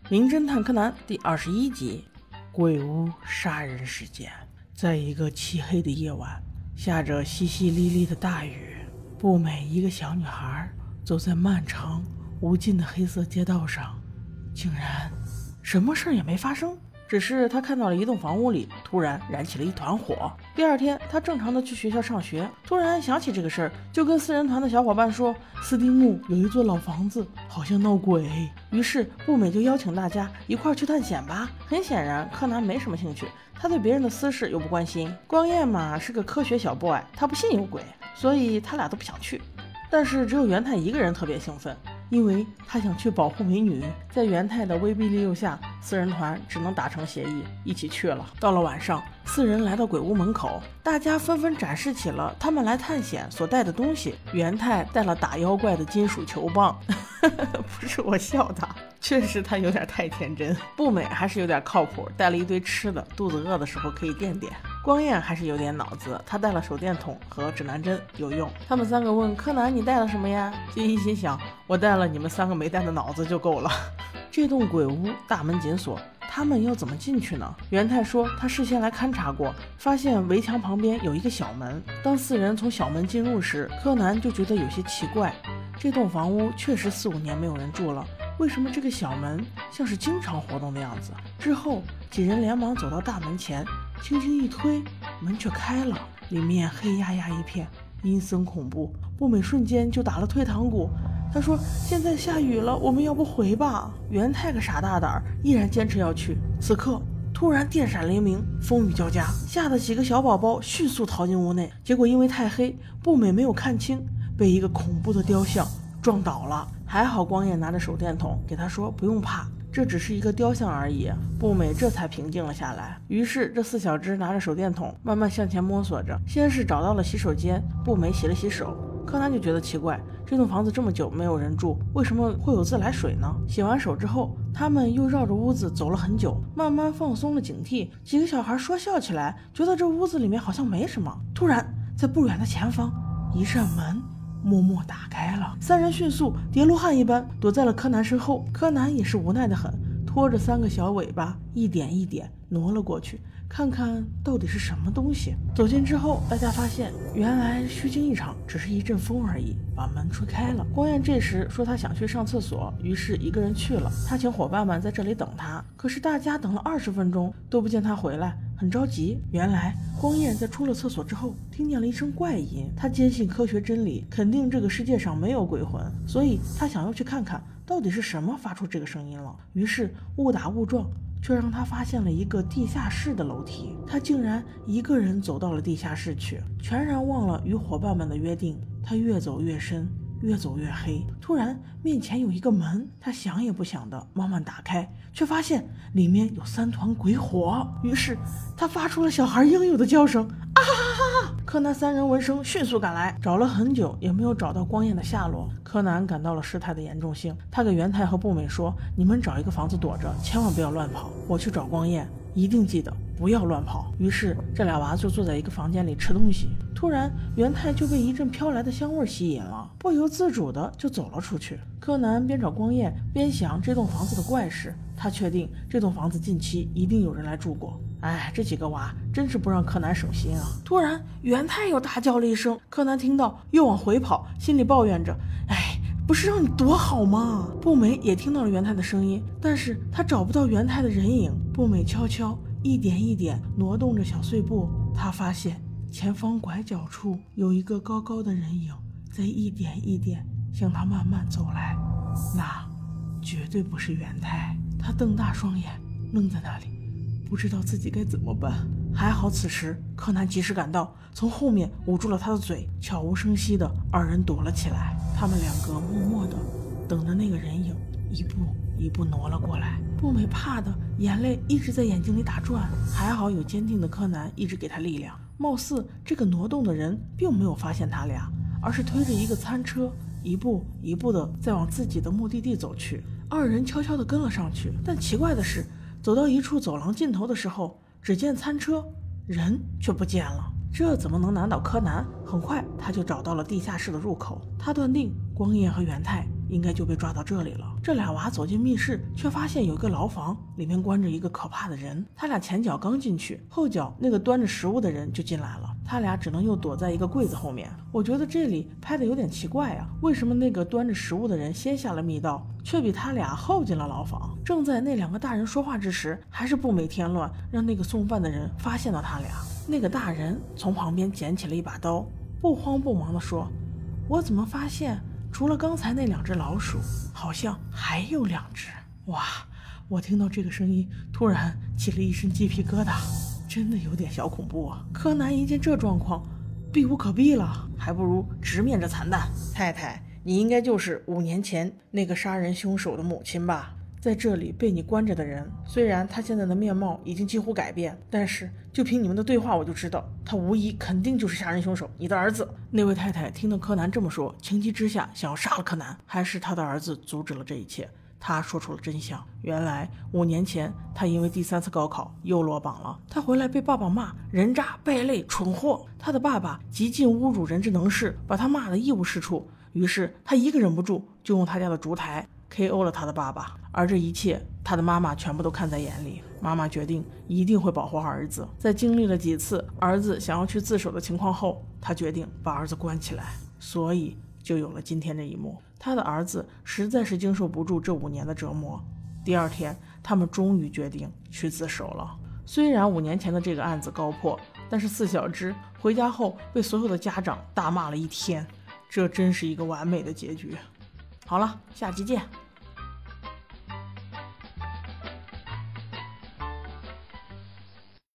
名侦探柯南第21集，鬼屋杀人事件。在一个漆黑的夜晚，下着淅淅沥沥的大雨，步美一个小女孩走在漫长无尽的黑色街道上，竟然什么事也没发生，只是她看到了一栋房屋里突然燃起了一团火。第二天她正常的去学校上学，突然想起这个事儿，就跟4人团的小伙伴说，斯丁木有一座老房子好像闹鬼。于是步美就邀请大家一块去探险吧。很显然柯南没什么兴趣，他对别人的私事又不关心。光彦嘛是个科学小 boy， 他不信有鬼，所以他俩都不想去。但是只有元太一个人特别兴奋，因为他想去保护美女。在元太的威逼利诱下，4人团只能达成协议，一起去了。到了晚上，4人来到鬼屋门口，大家纷纷展示起了他们来探险所带的东西。元太带了打妖怪的金属球棒不是我笑他，确实他有点太天真。步美还是有点靠谱，带了一堆吃的，肚子饿的时候可以垫垫。光彦还是有点脑子，他带了手电筒和指南针，有用。他们3个问柯南，你带了什么呀？金一心想，我带了你们3个没带的脑子就够了。这栋鬼屋大门紧锁，他们要怎么进去呢？元太说他事先来勘察过，发现围墙旁边有一个小门。当4人从小门进入时，柯南就觉得有些奇怪，这栋房屋确实4、5年没有人住了，为什么这个小门像是经常活动的样子？之后几人连忙走到大门前，轻轻一推，门却开了，里面黑压压一片，阴森恐怖。步美瞬间就打了退堂鼓，他说现在下雨了，我们要不回吧？元太个傻大胆，依然坚持要去。此刻突然电闪雷鸣，风雨交加，吓得几个小宝宝迅速逃进屋内。结果因为太黑，步美没有看清，被一个恐怖的雕像撞倒了。还好光彦拿着手电筒给他说不用怕，这只是一个雕像而已。步美这才平静了下来。于是这4小只拿着手电筒慢慢向前摸索着，先是找到了洗手间，步美洗了洗手。柯南就觉得奇怪，这栋房子这么久没有人住，为什么会有自来水呢？洗完手之后，他们又绕着屋子走了很久，慢慢放松了警惕。几个小孩说笑起来，觉得这屋子里面好像没什么。突然在不远的前方，一扇门默默打开了，3人迅速叠罗汉一般躲在了柯南身后。柯南也是无奈的很，拖着3个小尾巴一点一点挪了过去，看看到底是什么东西。走近之后，大家发现原来虚惊一场，只是一阵风而已，把门吹开了。光彦这时说他想去上厕所，于是一个人去了。他请伙伴们在这里等他，可是大家等了20分钟都不见他回来，很着急。原来光彦在出了厕所之后听见了一声怪音，他坚信科学真理，肯定这个世界上没有鬼魂，所以他想要去看看到底是什么发出这个声音了。于是误打误撞，却让他发现了一个地下室的楼梯。他竟然一个人走到了地下室去，全然忘了与伙伴们的约定。他越走越深，越走越黑，突然面前有一个门，他想也不想的慢慢打开，却发现里面有3团鬼火。于是他发出了小孩应有的叫声，啊哈哈哈！柯南3人闻声迅速赶来，找了很久也没有找到光彦的下落。柯南感到了事态的严重性，他给元太和步美说，你们找一个房子躲着，千万不要乱跑，我去找光彦，一定记得不要乱跑。于是这俩娃就坐在一个房间里吃东西。突然元太就被一阵飘来的香味吸引了，不由自主的就走了出去。柯南边找光彦边想这栋房子的怪事，他确定这栋房子近期一定有人来住过。哎，这几个娃真是不让柯南省心啊。突然元太又大叫了一声，柯南听到又往回跑，心里抱怨着，哎，不是让你躲好吗？步美也听到了元太的声音，但是他找不到元太的人影。步美悄悄一点一点挪动着小碎步，他发现前方拐角处有一个高高的人影在一点一点向他慢慢走来，那绝对不是元太。他瞪大双眼愣在那里，不知道自己该怎么办。还好此时柯南及时赶到，从后面捂住了他的嘴，悄无声息的2人躲了起来。他们2个默默的等着那个人影一步一步挪了过来。步美怕的眼泪一直在眼睛里打转，还好有坚定的柯南一直给他力量。貌似这个挪动的人并没有发现他俩，而是推着一个餐车一步一步的在往自己的目的地走去。2人悄悄地跟了上去，但奇怪的是，走到一处走廊尽头的时候，只见餐车，人却不见了。这怎么能难倒柯南？很快他就找到了地下室的入口。他断定光彦和元太应该就被抓到这里了。这俩娃走进密室，却发现有一个牢房，里面关着一个可怕的人。他俩前脚刚进去，后脚那个端着食物的人就进来了，他俩只能又躲在一个柜子后面。我觉得这里拍的有点奇怪啊，为什么那个端着食物的人先下了密道，却比他俩后进了牢房？正在那两个大人说话之时，还是不美添乱，让那个送饭的人发现了他俩。那个大人从旁边捡起了一把刀，不慌不忙地说：“我怎么发现除了刚才那2只老鼠，好像还有2只。”哇！我听到这个声音，突然起了一身鸡皮疙瘩，真的有点小恐怖啊！柯南一见这状况，避无可避了，还不如直面这惨淡。太太，你应该就是5年前那个杀人凶手的母亲吧？在这里被你关着的人，虽然他现在的面貌已经几乎改变，但是就凭你们的对话，我就知道他无疑肯定就是杀人凶手，你的儿子。那位太太听到柯南这么说，情急之下想要杀了柯南，还是他的儿子阻止了这一切。他说出了真相，原来5年前他因为第3次高考又落榜了，他回来被爸爸骂人渣败类蠢货，他的爸爸极尽侮辱人之能事，把他骂得一无是处，于是他一个忍不住就用他家的烛台 KO 了他的爸爸。而这一切他的妈妈全部都看在眼里，妈妈决定一定会保护儿子。在经历了几次儿子想要去自首的情况后，他决定把儿子关起来，所以就有了今天这一幕。他的儿子实在是经受不住这5年的折磨，第2天他们终于决定去自首了。虽然5年前的这个案子告破，但是4小只回家后被所有的家长大骂了一天，这真是一个完美的结局。好了，下期见。